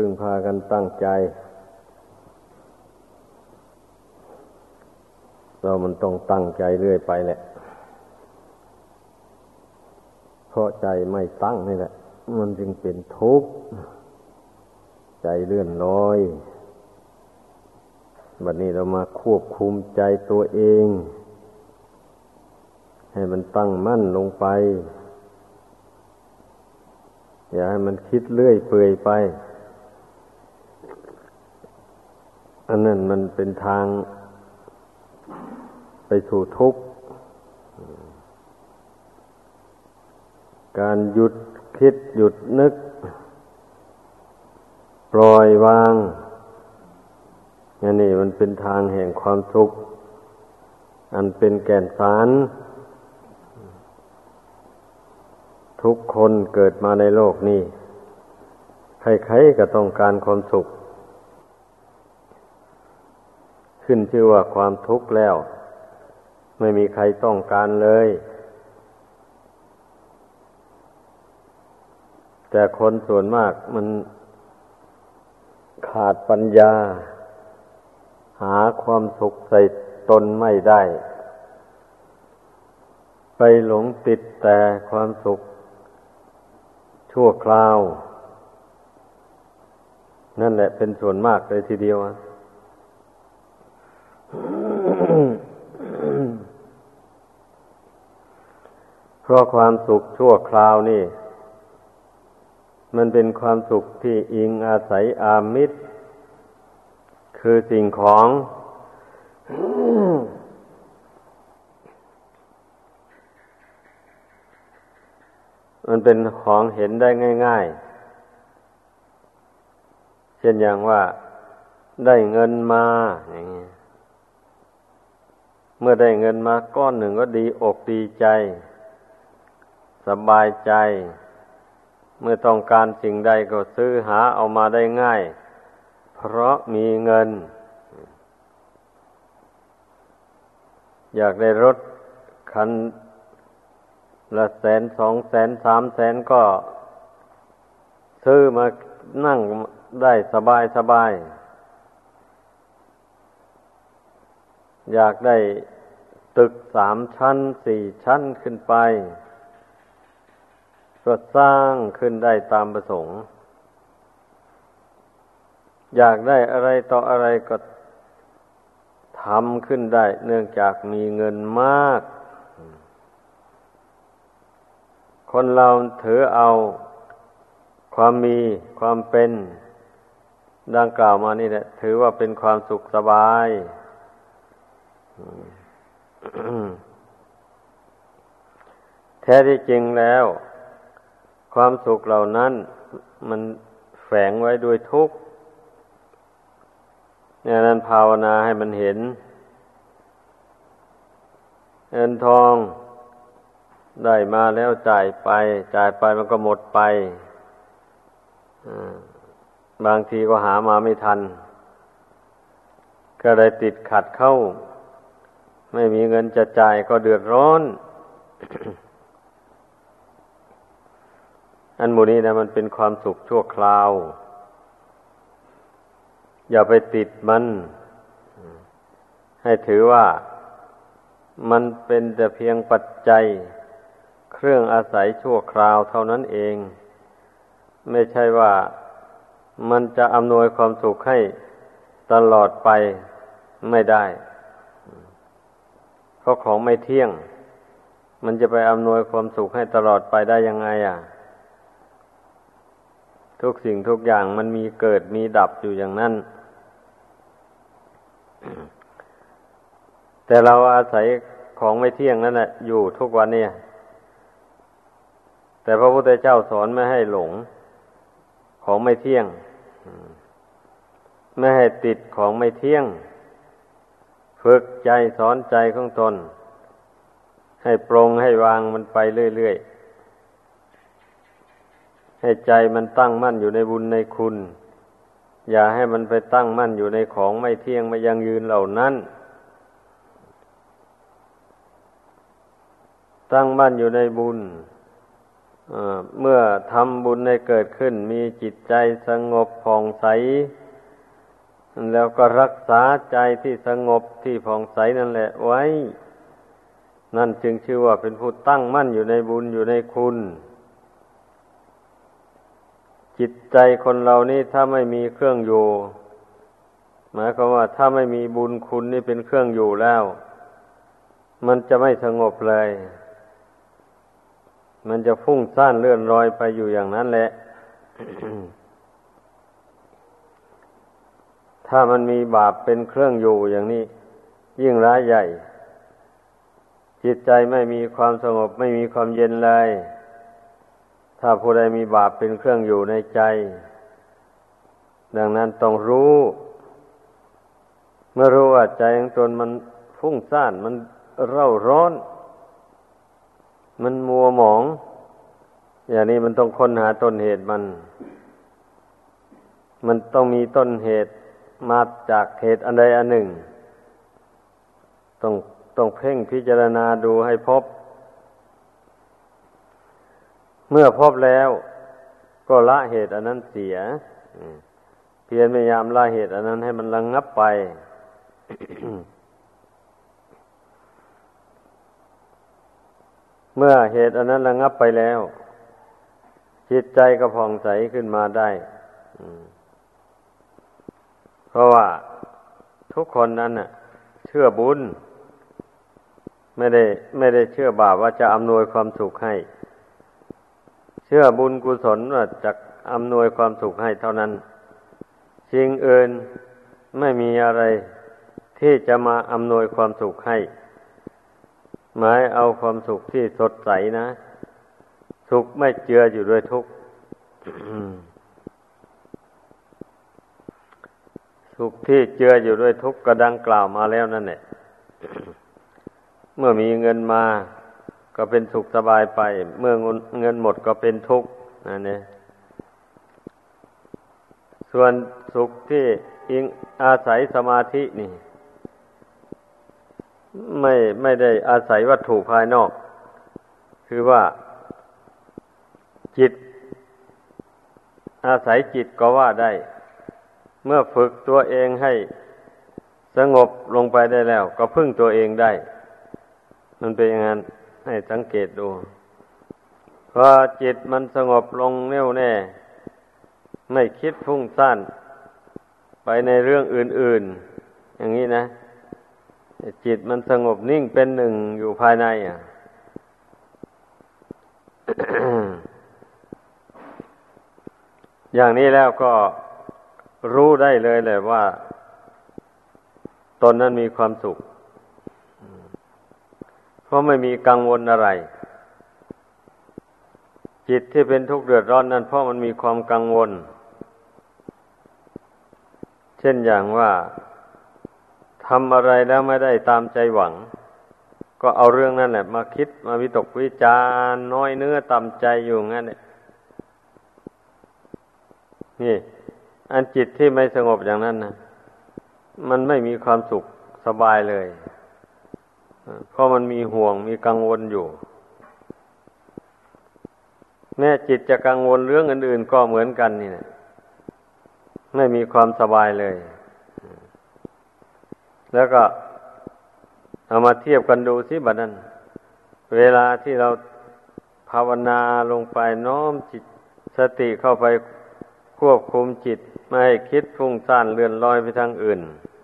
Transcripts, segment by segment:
งพากันตั้งใจมันต้องตั้งใจเรื่อยไปแหละเพราะใจไม่ตั้งนี่แหละมันจึงเป็นทุกข์ใจเลื่อนลอยบัดนี้เรามาควบคุมใจตัวเองให้มันตั้งมั่นลงไปอย่าให้มันคิดเลื่อยเปื่อยไปอันนั้นมันเป็นทางไปสู่ทุกข์การหยุดคิดหยุดนึกปล่อยวางนี่มันเป็นทางแห่งความสุขอันเป็นแก่นสารทุกคนเกิดมาในโลกนี้ใครๆก็ต้องการความสุขขึ้นชื่อว่าความทุกข์แล้วไม่มีใครต้องการเลยแต่คนส่วนมากมันขาดปัญญาหาความสุขใส่ตนไม่ได้ไปหลงติดแต่ความสุขชั่วคราวนั่นแหละเป็นส่วนมากเลยทีเดียวเพราะความสุขชั่วคราวนี่มันเป็นความสุขที่อิงอาศัยอามิตรคือสิ่งของมันเป็นของเห็นได้ง่ายๆเช่นอย่างว่าได้เงินมาอย่างนี้เมื่อได้เงินมาก้อนหนึ่งก็ดีอกดีใจสบายใจเมื่อต้องการสิ่งใดก็ซื้อหาเอามาได้ง่ายเพราะมีเงินอยากได้รถคันละ100,000 200,000 300,000ก็ซื้อมานั่งได้สบายอยากได้ตึก3 ชั้น4 ชั้นขึ้นไปก็สร้างขึ้นได้ตามประสงค์อยากได้อะไรต่ออะไรก็ทำขึ้นได้เนื่องจากมีเงินมากคนเราถือเอาความมีความเป็นดังกล่าวมานี่แหละถือว่าเป็นความสุขสบายแท้ที่จริงแล้วความสุขเหล่านั้นมันแฝงไว้ด้วยทุกข์เนี่ยนั้นภาวนาให้มันเห็นเงินทองได้มาแล้วจ่ายไปมันก็หมดไปบางทีก็หามาไม่ทันก็ได้ติดขัดเข้าไม่มีเงินจะจ่ายก็เดือดร้อนอันหมู่นี้นะมันเป็นความสุขชั่วคราวอย่าไปติดมันให้ถือว่ามันเป็นแต่เพียงปัจจัยเครื่องอาศัยชั่วคราวเท่านั้นเองไม่ใช่ว่ามันจะอำนวยความสุขให้ตลอดไปไม่ได้เพราะของไม่เที่ยงมันจะไปอำนวยความสุขให้ตลอดไปได้ยังไงทุกสิ่งทุกอย่างมันมีเกิดมีดับอยู่อย่างนั้นแต่เราอาศัยของไม่เที่ยงนั่นแหละอยู่ทุกวันเนี่ยแต่พระพุทธเจ้าสอนไม่ให้หลงของไม่เที่ยงไม่ให้ติดของไม่เที่ยงฝึกใจสอนใจของตนให้ปรงให้วางมันไปเรื่อยๆให้ใจมันตั้งมั่นอยู่ในบุญในคุณอย่าให้มันไปตั้งมั่นอยู่ในของไม่เที่ยงไม่ยั่งยืนเหล่านั้นตั้งมั่นอยู่ในบุญเมื่อทำบุญให้เกิดขึ้นมีจิตใจสงบผ่องใสแล้วก็รักษาใจที่สงบที่ผ่องใสนั่นแหละไว้นั่นจึงชื่อว่าเป็นผู้ตั้งมั่นอยู่ในบุญอยู่ในคุณจิตใจคนเรานี่ถ้าไม่มีเครื่องอยู่หมายความว่าถ้าไม่มีบุญคุณนี่เป็นเครื่องอยู่แล้วมันจะไม่สงบเลยมันจะฟุ้งซ่านเลื่อนลอยไปอยู่อย่างนั้นแหละ ถ้ามันมีบาปเป็นเครื่องอยู่อย่างนี้ยิ่งร้ายใหญ่จิตใจไม่มีความสงบไม่มีความเย็นเลยถ้าผู้ใดมีบาปเป็นเครื่องอยู่ในใจดังนั้นต้องรู้เมื่อรู้ว่าใจของตนมันฟุ้งซ่านมันเร่าร้อนมันมัวหมองอย่างนี้มันต้องค้นหาต้นเหตุมันต้องมีต้นเหตุมาจากเหตุอันใดอันหนึ่งต้องเพ่งพิจารณาดูให้พบเมื่อพบแล้วก็ละเหตุอันนั้นเสียเพียรพยายามละเหตุอันนั้นให้มันระงับไป เมื่อเหตุอันนั้นระงับไปแล้วจิตใจก็ผ่องใสขึ้นมาได้เพราะว่าทุกคนนั้นน่ะเชื่อบุญไม่ได้เชื่อบาปว่าจะอำนวยความสุขให้เชื่อบุญกุศลว่าจะอำนวยความสุขให้เท่านั้นสิ่งอื่นไม่มีอะไรที่จะมาอำนวยความสุขให้หมายเอาความสุขที่สดใสนะสุขไม่เจืออยู่ด้วยทุกข์ สุขที่เจืออยู่ด้วยทุกข์ก็ดังกล่าวมาแล้วนั่นแหละ เมื่อมีเงินมาก็เป็นสุขสบายไปเมื่อเงินหมดก็เป็นทุกข์นั่นเองส่วนสุขที่อิงอาศัยสมาธินี่ไม่ได้อาศัยวัตถุภายนอกคือว่าจิตอาศัยจิตก็ว่าได้เมื่อฝึกตัวเองให้สงบลงไปได้แล้วก็พึ่งตัวเองได้มันเป็นอย่างนั้นให้สังเกตดูพอจิตมันสงบลงแน่วแน่ไม่คิดฟุ้งซ่านไปในเรื่องอื่นๆอย่างนี้นะจิตมันสงบนิ่งเป็นหนึ่งอยู่ภายในอย่างนี้แล้วก็รู้ได้เลยแหละว่าตนนั้นมีความสุขเพราะไม่มีกังวลอะไรจิตที่เป็นทุกข์เดือดร้อนนั้นเพราะมันมีความกังวลเช่นอย่างว่าทำอะไรแล้วไม่ได้ตามใจหวังก็เอาเรื่องนั้นแหละมาคิดมาวิตกวิจารณ์น้อยเนื้อต่ำใจอยู่งั้นเนี่ยนี่อันจิตที่ไม่สงบอย่างนั้นนะมันไม่มีความสุขสบายเลยเพราะมันมีห่วงมีกังวลอยู่แม้จิตจะกังวลเรื่องอื่นๆก็เหมือนกันนี่นะไม่มีความสบายเลยแล้วก็เอามาเทียบกันดูสิบัดนั้นเวลาที่เราภาวนาลงไปน้อมจิตสติเข้าไปควบคุมจิตไม่ให้คิดฟุ้งซ่านเลื่อนลอยไปทางอื่น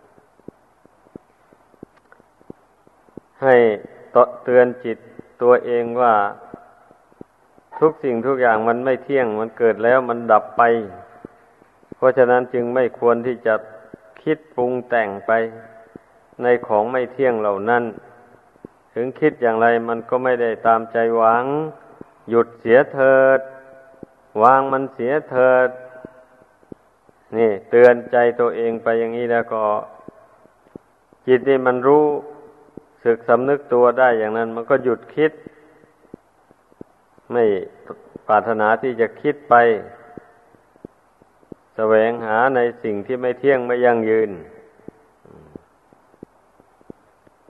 ให้เตือนจิตตัวเองว่าทุกสิ่งทุกอย่างมันไม่เที่ยงมันเกิดแล้วมันดับไปเพราะฉะนั้นจึงไม่ควรที่จะคิดปรุงแต่งไปในของไม่เที่ยงเหล่านั้นถึงคิดอย่างไรมันก็ไม่ได้ตามใจหวังหยุดเสียเถิดวางมันเสียเถิดนี่เตือนใจตัวเองไปอย่างนี้แล้วก็จิตนี่มันรู้สึกสำนึกตัวได้อย่างนั้นมันก็หยุดคิดไม่ปรารถนาที่จะคิดไปแสวงหาในสิ่งที่ไม่เที่ยงไม่ยั่งยืน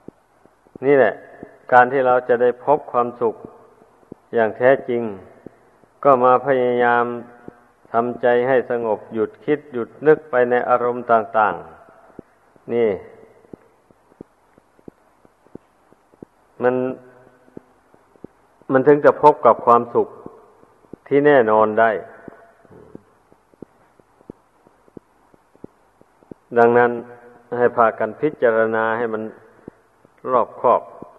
นี่แหละการที่เราจะได้พบความสุขอย่างแท้จริงก็มาพยายามทำใจให้สงบหยุดคิดหยุดนึกไปในอารมณ์ต่างๆนี่มันถึงจะพบกับความสุขที่แน่นอนได้ดังนั้นให้พากันพิจารณาให้มันรอบคอบ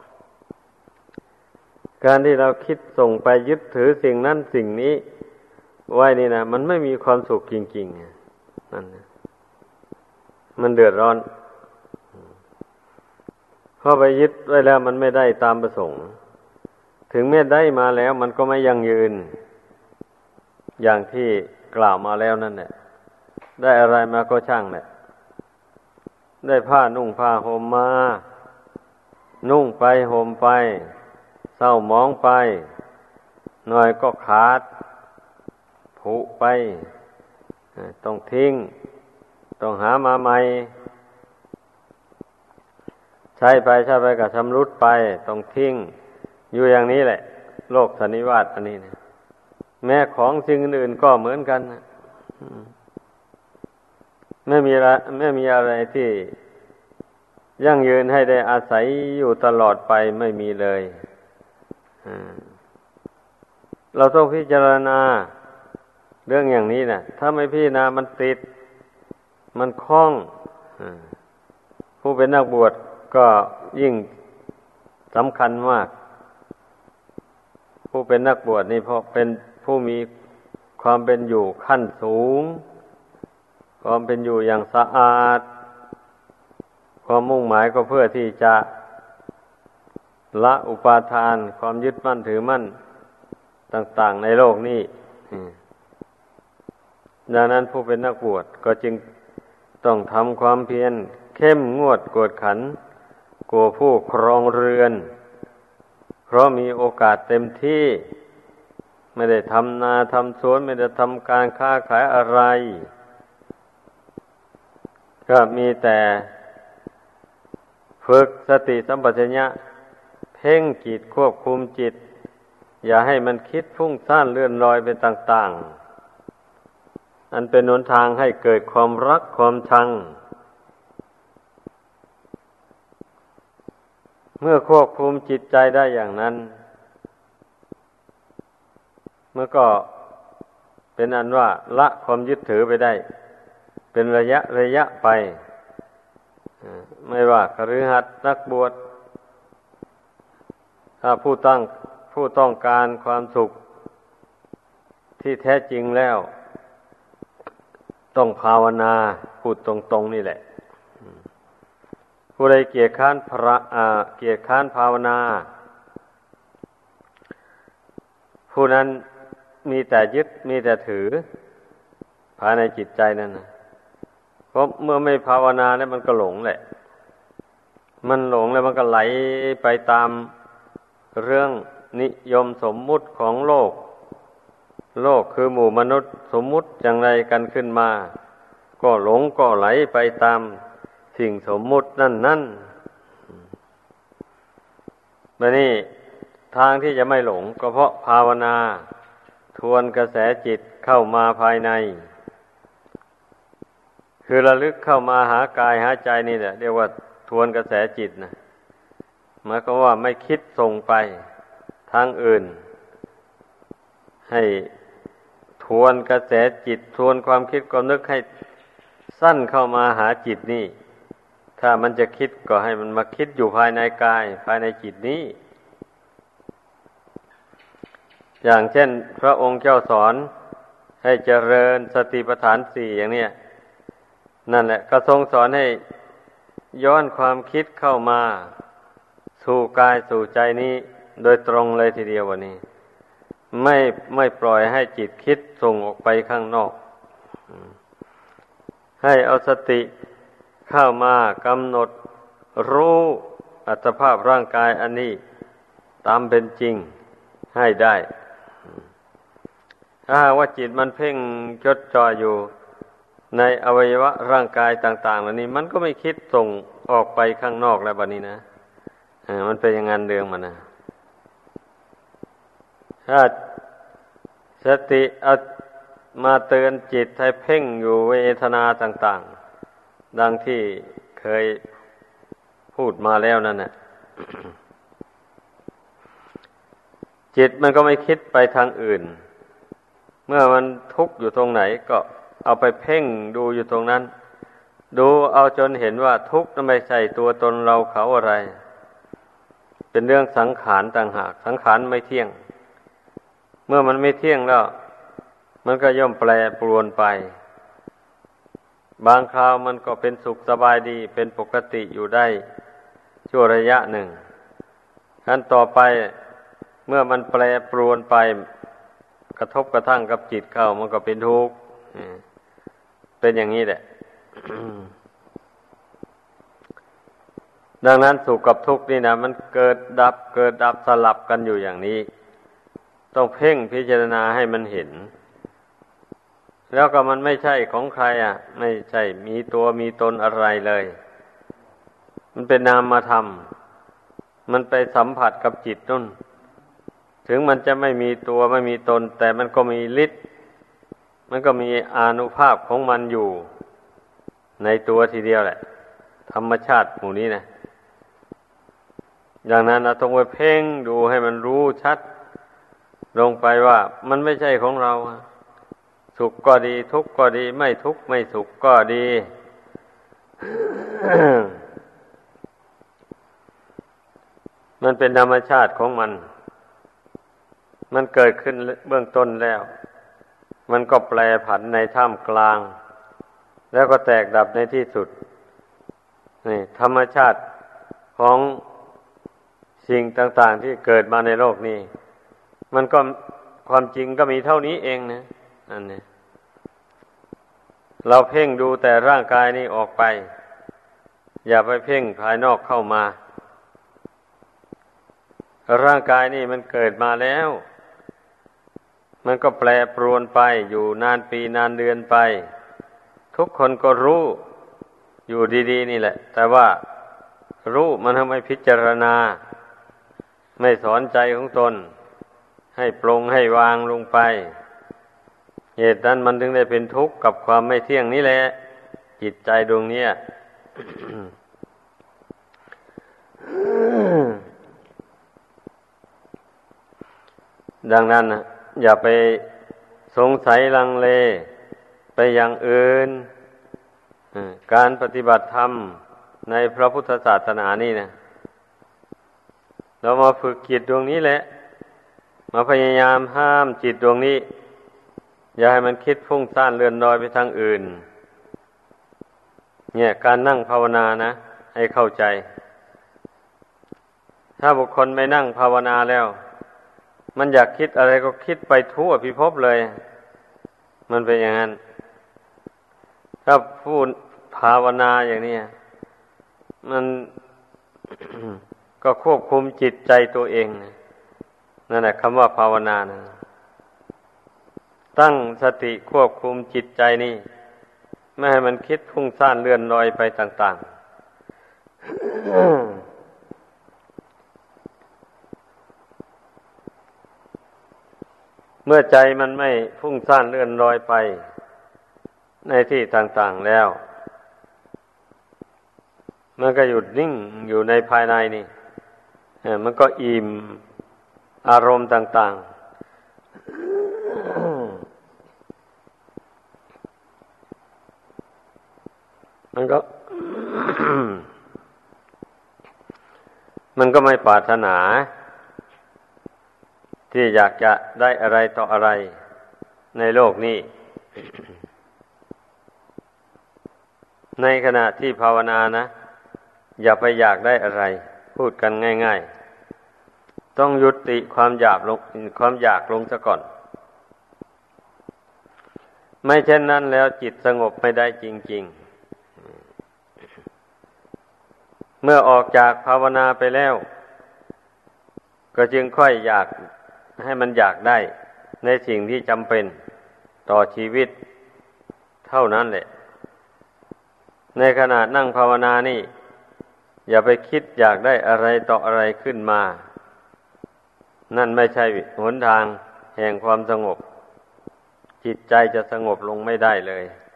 การที่เราคิดส่งไปยึดถือสิ่งนั้นสิ่งนี้ไว้นี่นะมันไม่มีความสุขจริงๆนั่นนะมันเดือดร้อนพอไปยึดไว้แล้วมันไม่ได้ตามประสงค์ถึงแม้ได้มาแล้วมันก็ไม่ยั่งยืนอย่างที่กล่าวมาแล้วนั่นแหละได้อะไรมาก็ช่างแหละได้ผ้านุ่งผ้าห่มมานุ่งไปห่มไปเศร้าหมองไปหน่อยก็ขาดผุไปต้องทิ้งต้องหามาใหม่ใช้ไปก็ชำรุดไปต้องทิ้งอยู่อย่างนี้แหละโลกสันนิวาตอันนี้นะแม้ของสิ่งอื่นก็เหมือนกันนะไม่มีอะไรที่ยั่งยืนให้ได้อาศัยอยู่ตลอดไปไม่มีเลยเราต้องพิจารณาเรื่องอย่างนี้นะถ้าไม่พิจารณามันติดมันคล้องผู้เป็นนักบวชก็ยิ่งสำคัญมากผู้เป็นนักบวชนี่เพราะเป็นผู้มีความเป็นอยู่ขั้นสูงความเป็นอยู่อย่างสะอาดความมุ่งหมายก็เพื่อที่จะละอุปาทานความยึดมั่นถือมั่นต่างๆในโลกนี้ดังนั้นผู้เป็นนักบวชก็จึงต้องทำความเพียรเข้มงวดกวดขันกว่าผู้ครองเรือนเพราะมีโอกาสเต็มที่ไม่ได้ทำนาทำสวนไม่ได้ทำการค้าขายอะไรก็มีแต่ฝึกสติสัมปชัญญะเพ่งจิตควบคุมจิตอย่าให้มันคิดฟุ้งซ่านเลื่อนลอยไปต่างๆอันเป็นหนทางให้เกิดความรักความชังเมื่อควบคุมจิตใจได้อย่างนั้นเมื่อก็เป็นอันว่าละความยึดถือไปได้เป็นระยะไปไม่ว่าคฤหัสถ์นักบวชถ้าผู้ต้องการความสุขที่แท้จริงแล้วต้องภาวนาพูดตรงๆนี่แหละผู้ใดเกียจคร้านภาวนาผู้นั้นมีแต่ยึดมีแต่ถือภายในจิตใจนั่นนะเพราะเมื่อไม่ภาวนาแล้วมันก็หลงแหละมันหลงแล้วมันก็ไหลไปตามเรื่องนิยมสมมุติของโลกคือหมู่มนุษย์สมมุติอย่างไรกันขึ้นมาก็หลงก็ไหลไปตามสิ่งสมมุตินั่นแบบนี้ทางที่จะไม่หลงก็เพราะภาวนาทวนกระแสจิตเข้ามาภายในคือระลึกเข้ามาหากายหาใจนี่แหละเรียกว่าทวนกระแสจิตนะหมายความว่าไม่คิดส่งไปทางอื่นให้ทวนกระแสจิตทวนความคิดความนึกให้สั้นเข้ามาหาจิตนี่ถ้ามันจะคิดก็ให้มันมาคิดอยู่ภายในกายภายในจิตนี้อย่างเช่นพระองค์เจ้าสอนให้เจริญสติปัฏฐานสี่อย่างเนี้ยนั่นแหละก็ทรงสอนให้ย้อนความคิดเข้ามาสู่กายสู่ใจนี้โดยตรงเลยทีเดียววันนี้ไม่ปล่อยให้จิตคิดส่งออกไปข้างนอกให้เอาสติเข้ามากำหนดรู้อัตภาพร่างกายอันนี้ตามเป็นจริงให้ได้ถ้าว่าจิตมันเพ่งจดจ่ออยู่ในอวัยวะร่างกายต่างๆเหล่านี้มันก็ไม่คิดส่งออกไปข้างนอกแล้วบัดนี้นะมันเป็นอย่างนั้นเรื่องมันนะถ้าสติเอามาเตือนจิตให้เพ่งอยู่เวทนาต่างๆดังที่เคยพูดมาแล้วนั่นน่ะ จิตมันก็ไม่คิดไปทางอื่นเมื่อมันทุกข์อยู่ตรงไหนก็เอาไปเพ่งดูอยู่ตรงนั้นดูเอาจนเห็นว่าทุกข์นั้นไม่ใช่ตัวตนเราเขาอะไรเป็นเรื่องสังขารต่างหากสังขารไม่เที่ยงเมื่อมันไม่เที่ยงแล้วมันก็ย่อมแปรปรวนไปบางคราวมันก็เป็นสุขสบายดีเป็นปกติอยู่ได้ชั่วระยะหนึ่งขั้นต่อไปเมื่อมันแปรปรวนไปกระทบกระทั่งกับจิตเข้ามันก็เป็นทุกข์เป็นอย่างนี้แหละ ดังนั้นสุขกับทุกข์นี่นะมันเกิดดับสลับกันอยู่อย่างนี้ต้องเพ่งพิจารณาให้มันเห็นแล้วก็มันไม่ใช่ของใครไม่ใช่มีตัวมีตนอะไรเลยมันเป็นนามธรรมมันไปสัมผัสกับจิตนั่นถึงมันจะไม่มีตัวไม่มีตนแต่มันก็มีฤทธิ์มันก็มีอานุภาพของมันอยู่ในตัวทีเดียวแหละธรรมชาติหมู่นี้นะอย่างนั้นเราต้องไปเพ่งดูให้มันรู้ชัดลงไปว่ามันไม่ใช่ของเราสุขก็ดีทุกข์ก็ดีไม่ทุกข์ไม่สุขก็ดี มันเป็นธรรมชาติของมันมันเกิดขึ้นเบื้องต้นแล้วมันก็แปรผันในท่ามกลางแล้วก็แตกดับในที่สุดนี่ธรรมชาติของสิ่งต่างๆที่เกิดมาในโลกนี้มันก็ความจริงก็มีเท่านี้เองนะนั่นเนี่ยเราเพ่งดูแต่ร่างกายนี้ออกไปอย่าไปเพ่งภายนอกเข้ามาร่างกายนี่มันเกิดมาแล้วมันก็แปรปรวนไปอยู่นานปีนานเดือนไปทุกคนก็รู้อยู่ดีๆนี่แหละแต่ว่ารู้มันทำให้พิจารณาไม่สอนใจของตนให้ปลงให้วางลงไปเหตุนั้นมันถึงได้เป็นทุกข์กับความไม่เที่ยงนี่แหละจิตใจดวงนี้ ดังนั้นอย่าไปสงสัยลังเลไปอย่างอื่นการปฏิบัติธรรมในพระพุทธศาสนานี่นะเรามาฝึกจิตดวงนี้แหละมาพยายามห้ามจิตดวงนี้อย่าให้มันคิดฟุ้งซ่านเลื่อนลอยไปทางอื่นเนี่ยการนั่งภาวนานะให้เข้าใจถ้าบุคคลไม่นั่งภาวนาแล้วมันอยากคิดอะไรก็คิดไปทั่วพิภพเลยมันเป็นอย่างนั้นถ้าพูดภาวนาอย่างนี้มัน ก็ควบคุมจิตใจตัวเองนั่นแหละคำว่าภาวนานะตั้งสติควบคุมจิตใจนี่ไม่ให้มันคิดพุ่งซ่านเลื่อนลอยไปต่างๆ เมื่อใจมันไม่พุ่งซ่านเลื่อนลอยไปในที่ต่างๆแล้วมันก็หยุดนิ่งอยู่ในภายในนี่มันก็อิ่มอารมณ์ต่างๆมันก็ มันก็ไม่ปรารถนาที่อยากจะได้อะไรต่ออะไรในโลกนี้ ในขณะที่ภาวนานะอย่าไปอยากได้อะไรพูดกันง่ายๆต้องยุติความอยากลงซะก่อนไม่เช่นนั้นแล้วจิตสงบไม่ได้จริงๆเมื่อออกจากภาวนาไปแล้วก็จึงค่อยอยากให้มันอยากได้ในสิ่งที่จำเป็นต่อชีวิตเท่านั้นแหละในขณะนั่งภาวนานี่อย่าไปคิดอยากได้อะไรต่ออะไรขึ้นมานั่นไม่ใช่หนทางแห่งความสงบจิตใจจะสงบลงไม่ได้เลย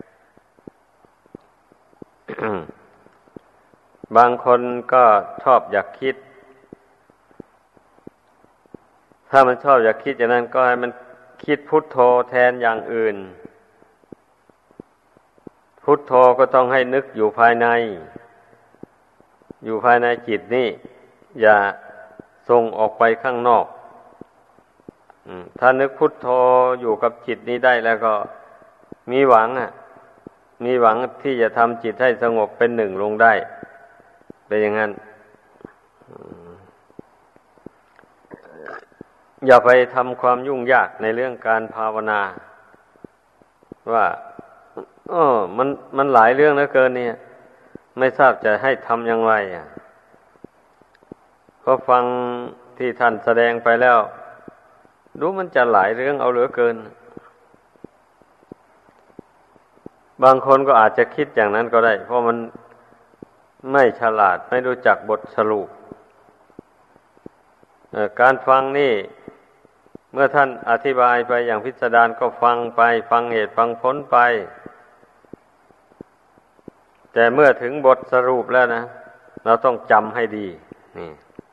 บางคนก็ชอบอยากคิดถ้ามันชอบอยากคิดอย่างนั้นก็ให้มันคิดพุทโธแทนอย่างอื่นพุทโธก็ต้องให้นึกอยู่ภายในจิตนี่อย่าส่งออกไปข้างนอกถ้านึกพุทโธอยู่กับจิตนี้ได้แล้วก็มีหวังที่จะทำจิตให้สงบเป็นหนึ่งลงได้เป็นอย่างนั้นอย่าไปทำความยุ่งยากในเรื่องการภาวนาว่ามันหลายเรื่องเหลือเกินเนี่ยไม่ทราบจะให้ทำอย่างไรก็ฟังที่ท่านแสดงไปแล้วดูมันจะหลายเรื่องเอาเหลือเกินบางคนก็อาจจะคิดอย่างนั้นก็ได้เพราะมันไม่ฉลาดไม่รู้จักบทสรุปการฟังนี่เมื่อท่านอธิบายไปอย่างพิสดารก็ฟังไปฟังเหตุฟังผลไปแต่เมื่อถึงบทสรุปแล้วนะเราต้องจำให้ดีนี่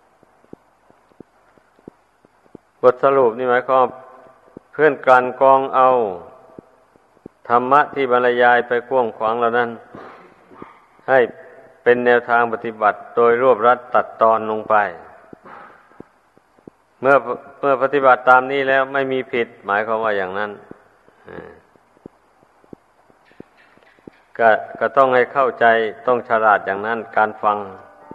บทสรุปนี่หมายความเพื่อนกลั่นกรองเอาธรรมะที่บรรยายไปกว้างขวางเหล่านั้นให้เป็นแนวทางปฏิบัติโดยรวบรัดตัดตอนลงไปเมื่อปฏิบัติตามนี้แล้วไม่มีผิดหมายความว่าอย่างนั้นก็ต้องให้เข้าใจต้องฉลาดอย่างนั้นการฟัง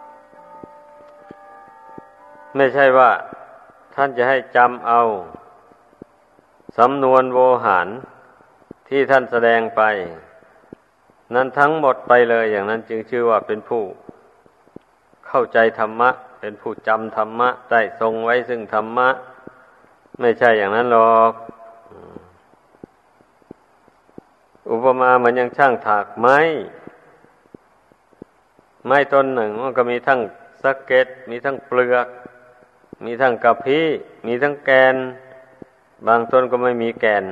ไม่ใช่ว่าท่านจะให้จำเอาสำนวนโวหารที่ท่านแสดงไปนั้นทั้งหมดไปเลยอย่างนั้นจึงชื่อว่าเป็นผู้เข้าใจธรรมะเป็นผู้จำธรรมะได้ทรงไว้ซึ่งธรรมะไม่ใช่อย่างนั้นหรอกอุปมาเหมือนอย่างช่างถากไม้ต้นหนึ่งมันก็มีทั้งสะเก็ดมีทั้งเปลือกมีทั้งกะพี้มีทั้งแกนบางต้นก็ไม่มีแกน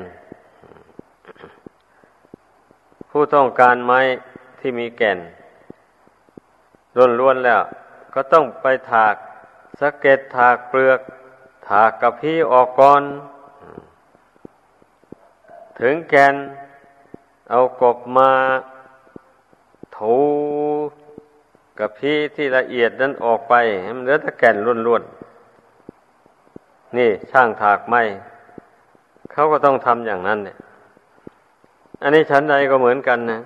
ผู้ต้องการไม้ที่มีแก่นล้วนๆแล้วก็ต้องไปถากสะเก็ดถากเปลือกถากกะพี้ออกก่อนถึงแกนเอากบมาถูกะพี้ที่ละเอียดนั้นออกไปให้มันเหลือแต่แก่นล้วนๆนี่ช่างถากไม้เขาก็ต้องทำอย่างนั้นเนี่ยอันนี้ฉันใดก็เหมือนกันนะ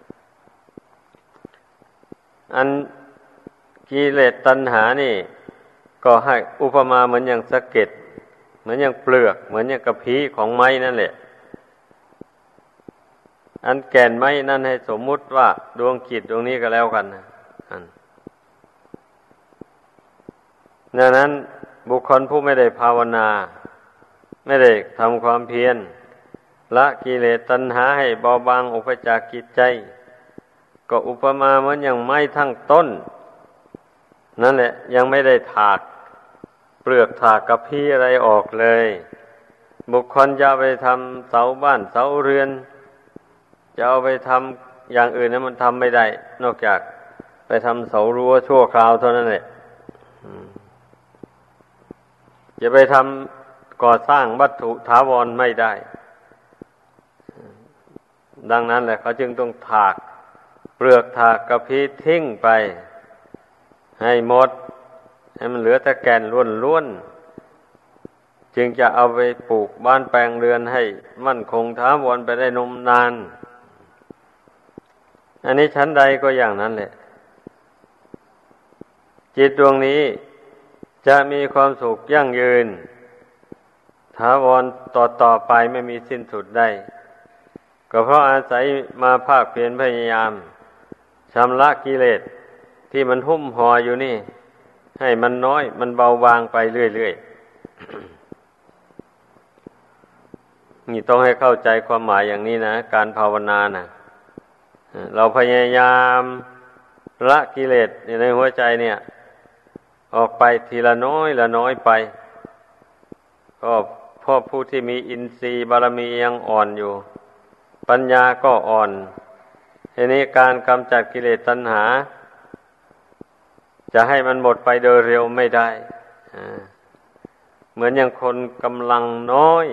อันกิเลสตัณหานี่ก็ให้อุปมาเหมือนอย่างสะเก็ดเหมือนอย่างเปลือกเหมือนอย่างกะพี้ของไม้นั่นแหละอันแก่นไม้นั่นให้สมมุติว่าดวงจิตดวงนี้ก็แล้วกันนะดังนั้นบุคคลผู้ไม่ได้ภาวนาไม่ได้ทำความเพียรละกิเลสตัณหาให้เบาบางออกไปจากจิตใจก็อุปมาเหมือนอย่างไม้ทั้งต้นนั่นแหละยังไม่ได้ถากเปลือกถากกะพี้อะไรออกเลยบุคคลจะไปทำเสาบ้านเสาเรือนจะเอาไปทำอย่างอื่นนั้นมันทำไม่ได้นอกจากไปทำเสารั้วชั่วคราวเท่านั้นแหละจะไปทำก่อสร้างวัตถุถาวรไม่ได้ดังนั้นแหละเขาจึงต้องถากเปลือกถากกะพี้ทิ้งไปให้หมดให้มันเหลือแต่แก่นล้วนๆจึงจะเอาไปปลูกบ้านแปลงเรือนให้มั่นคงถาวรไปได้นมนานอันนี้ชั้นใดก็อย่างนั้นแหละจิตดวงนี้จะมีความสุขยั่งยืนถาวรต่อไปไม่มีสิ้นสุดได้ก็เพราะอาศัยมาภาคเพียรพยายามชำระกิเลสที่มันหุ้มห่ออยู่นี่ให้มันน้อยมันเบาบางไปเรื่อยๆนี่ต้องให้เข้าใจความหมายอย่างนี้นะการภาวนานะเราพยายามละกิเลสในหัวใจเนี่ยออกไปทีละน้อยละน้อยไปก็เพราะผู้ที่มีอินทรีย์บารมียังอ่อนอยู่ปัญญาก็อ่อนทีนี้การกำจัดกิเลสตัณหาจะให้มันหมดไปโดยเร็วไม่ได้เหมือนอย่างคนกำลังน้อย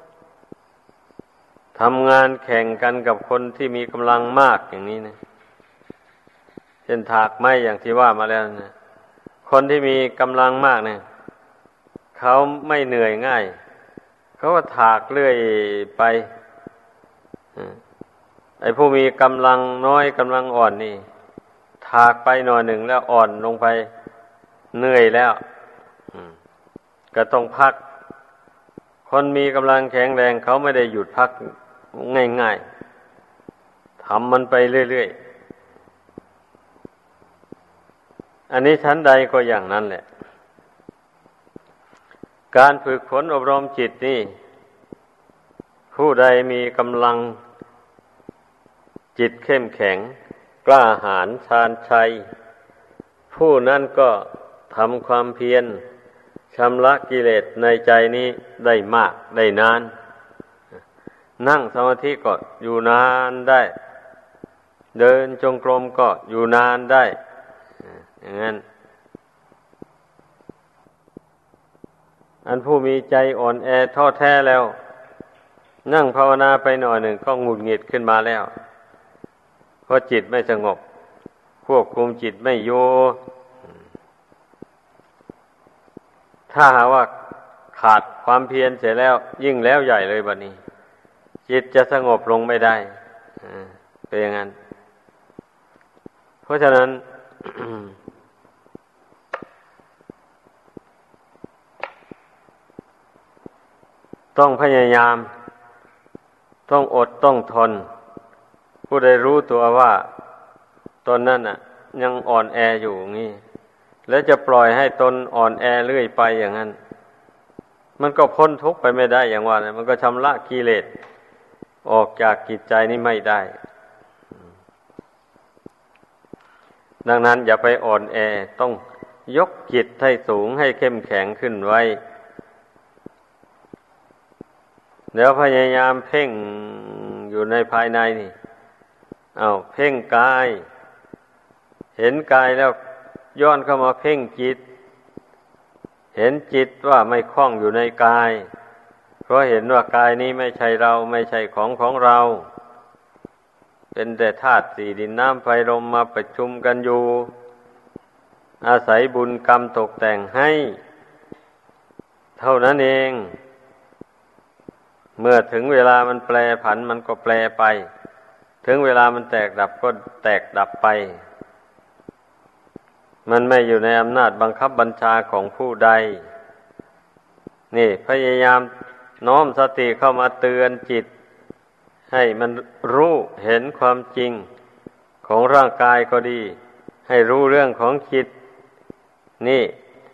ทำงานแข่งกันกับคนที่มีกำลังมากอย่างนี้นะเช่นถากไม้อย่างที่ว่ามาแล้วนะคนที่มีกำลังมากเนี่ยเขาไม่เหนื่อยง่ายเขาก็ถากเรื่อยไปไอ้ผู้มีกำลังน้อยกำลังอ่อนนี่ถากไปหน่อยหนึ่งแล้วอ่อนลงไปเหนื่อยแล้วก็ต้องพักคนมีกำลังแข็งแรงเขาไม่ได้หยุดพักง่ายๆทำมันไปเรื่อยๆอันนี้ชั้นใดก็อย่างนั้นแหละการฝึกฝนอบรมจิตนี่ผู้ใดมีกำลังจิตเข้มแข็งกล้าหาญชาญชัยผู้นั้นก็ทำความเพียรชำระกิเลสในใจนี้ได้มากได้นานนั่งสมาธิก็อยู่นานได้เดินจงกรมก็อยู่นานได้อย่างนั้นอันผู้มีใจอ่อนแอท้อแท้แล้วนั่งภาวนาไปหน่อยหนึ่งก็หงุดหงิดขึ้นมาแล้วเพราะจิตไม่สงบควบคุมจิตไม่อยู่ถ้าหากว่าขาดความเพียรเสียแล้วยิ่งแล้วใหญ่เลยบัดนี้จิตจะสงบลงไม่ได้เป็นอย่างนั้นเพราะฉะนั้น ต้องพยายามต้องอดต้องทนผู้ใดรู้ตัวว่าตนนั้นน่ะยังอ่อนแออยู่งี้แล้วจะปล่อยให้ตนอ่อนแอเรื่อยไปอย่างนั้นมันก็พ้นทุกข์ไปไม่ได้อย่างว่านะมันก็ชำระกิเลสออกจากจิตใจนี้ไม่ได้ดังนั้นอย่าไปอ่อนแอต้องยกจิตให้สูงให้เข้มแข็งขึ้นไว้เดี๋ยวพยายามเพ่งอยู่ในภายในนี่เพ่งกายเห็นกายแล้วย้อนเข้ามาเพ่งจิตเห็นจิตว่าไม่คล้องอยู่ในกายเพราะเห็นว่ากายนี้ไม่ใช่เราไม่ใช่ของเราเป็นแต่ธาตุสี่ดินน้ำไฟลมมาประชุมกันอยู่อาศัยบุญกรรมตกแต่งให้เท่านั้นเองเมื่อถึงเวลามันแปรผันมันก็แปรไปถึงเวลามันแตกดับก็แตกดับไปมันไม่อยู่ในอำนาจบังคับบัญชาของผู้ใดนี่พยายามน้อมสติเข้ามาเตือนจิตให้มันรู้เห็นความจริงของร่างกายก็ดีให้รู้เรื่องของจิตนี่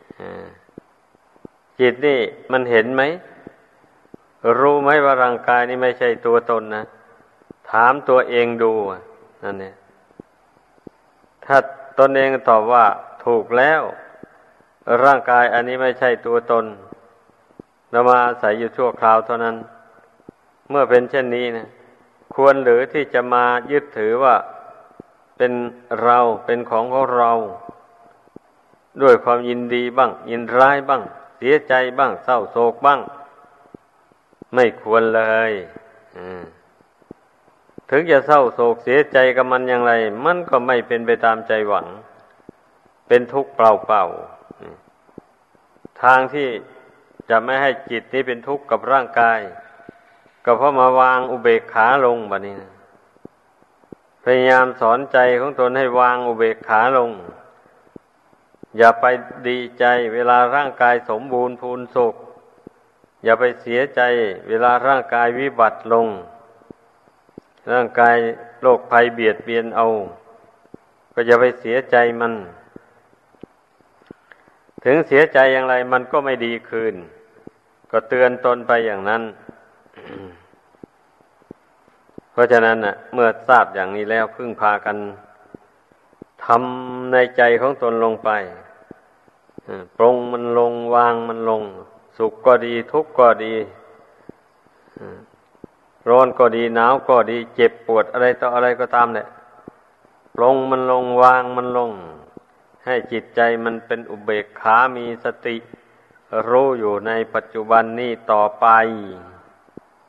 จิตนี่มันเห็นไหมรู้ไหมว่าร่างกายนี้ไม่ใช่ตัวตนนะถามตัวเองดูนั่นเนี่ยถ้าตนเองตอบว่าถูกแล้วร่างกายอันนี้ไม่ใช่ตัวตนเรามาอาศัยอยู่ชั่วคราวเท่านั้นเมื่อเป็นเช่นนี้นะควรหรือที่จะมายึดถือว่าเป็นเราเป็นของเราด้วยความยินดีบ้างยินร้ายบ้างเสียใจบ้างเศร้าโศกบ้างไม่ควรเลยถึงจะเศร้าโศกเสียใจกับมันอย่างไรมันก็ไม่เป็นไปตามใจหวังเป็นทุกข์เปล่าๆทางที่จะไม่ให้จิตนี้เป็นทุกข์กับร่างกายก็เพราะมาวางอุเบกขาลงบัดนี้นะพยายามสอนใจของตนให้วางอุเบกขาลงอย่าไปดีใจเวลาร่างกายสมบูรณ์พูนสุขอย่าไปเสียใจเวลาร่างกายวิบัติลงร่างกายโรคภัยเบียดเบียนเอาก็อย่าไปเสียใจมันถึงเสียใจอย่างไรมันก็ไม่ดีคืนก็เตือนตนไปอย่างนั้น เพราะฉะนั้นน่ะเมื่อทราบอย่างนี้แล้วพึ่งพากันทำในใจของตนลงไปปรงมันลงวางมันลงสุขก็ดีทุกข์ก็ดีร้อนก็ดีหนาวก็ดีเจ็บปวดอะไรต่ออะไรก็ตามแหละปลงมันลงวางมันลงให้จิตใจมันเป็นอุเบกขามีสติรู้อยู่ในปัจจุบันนี้ต่อไป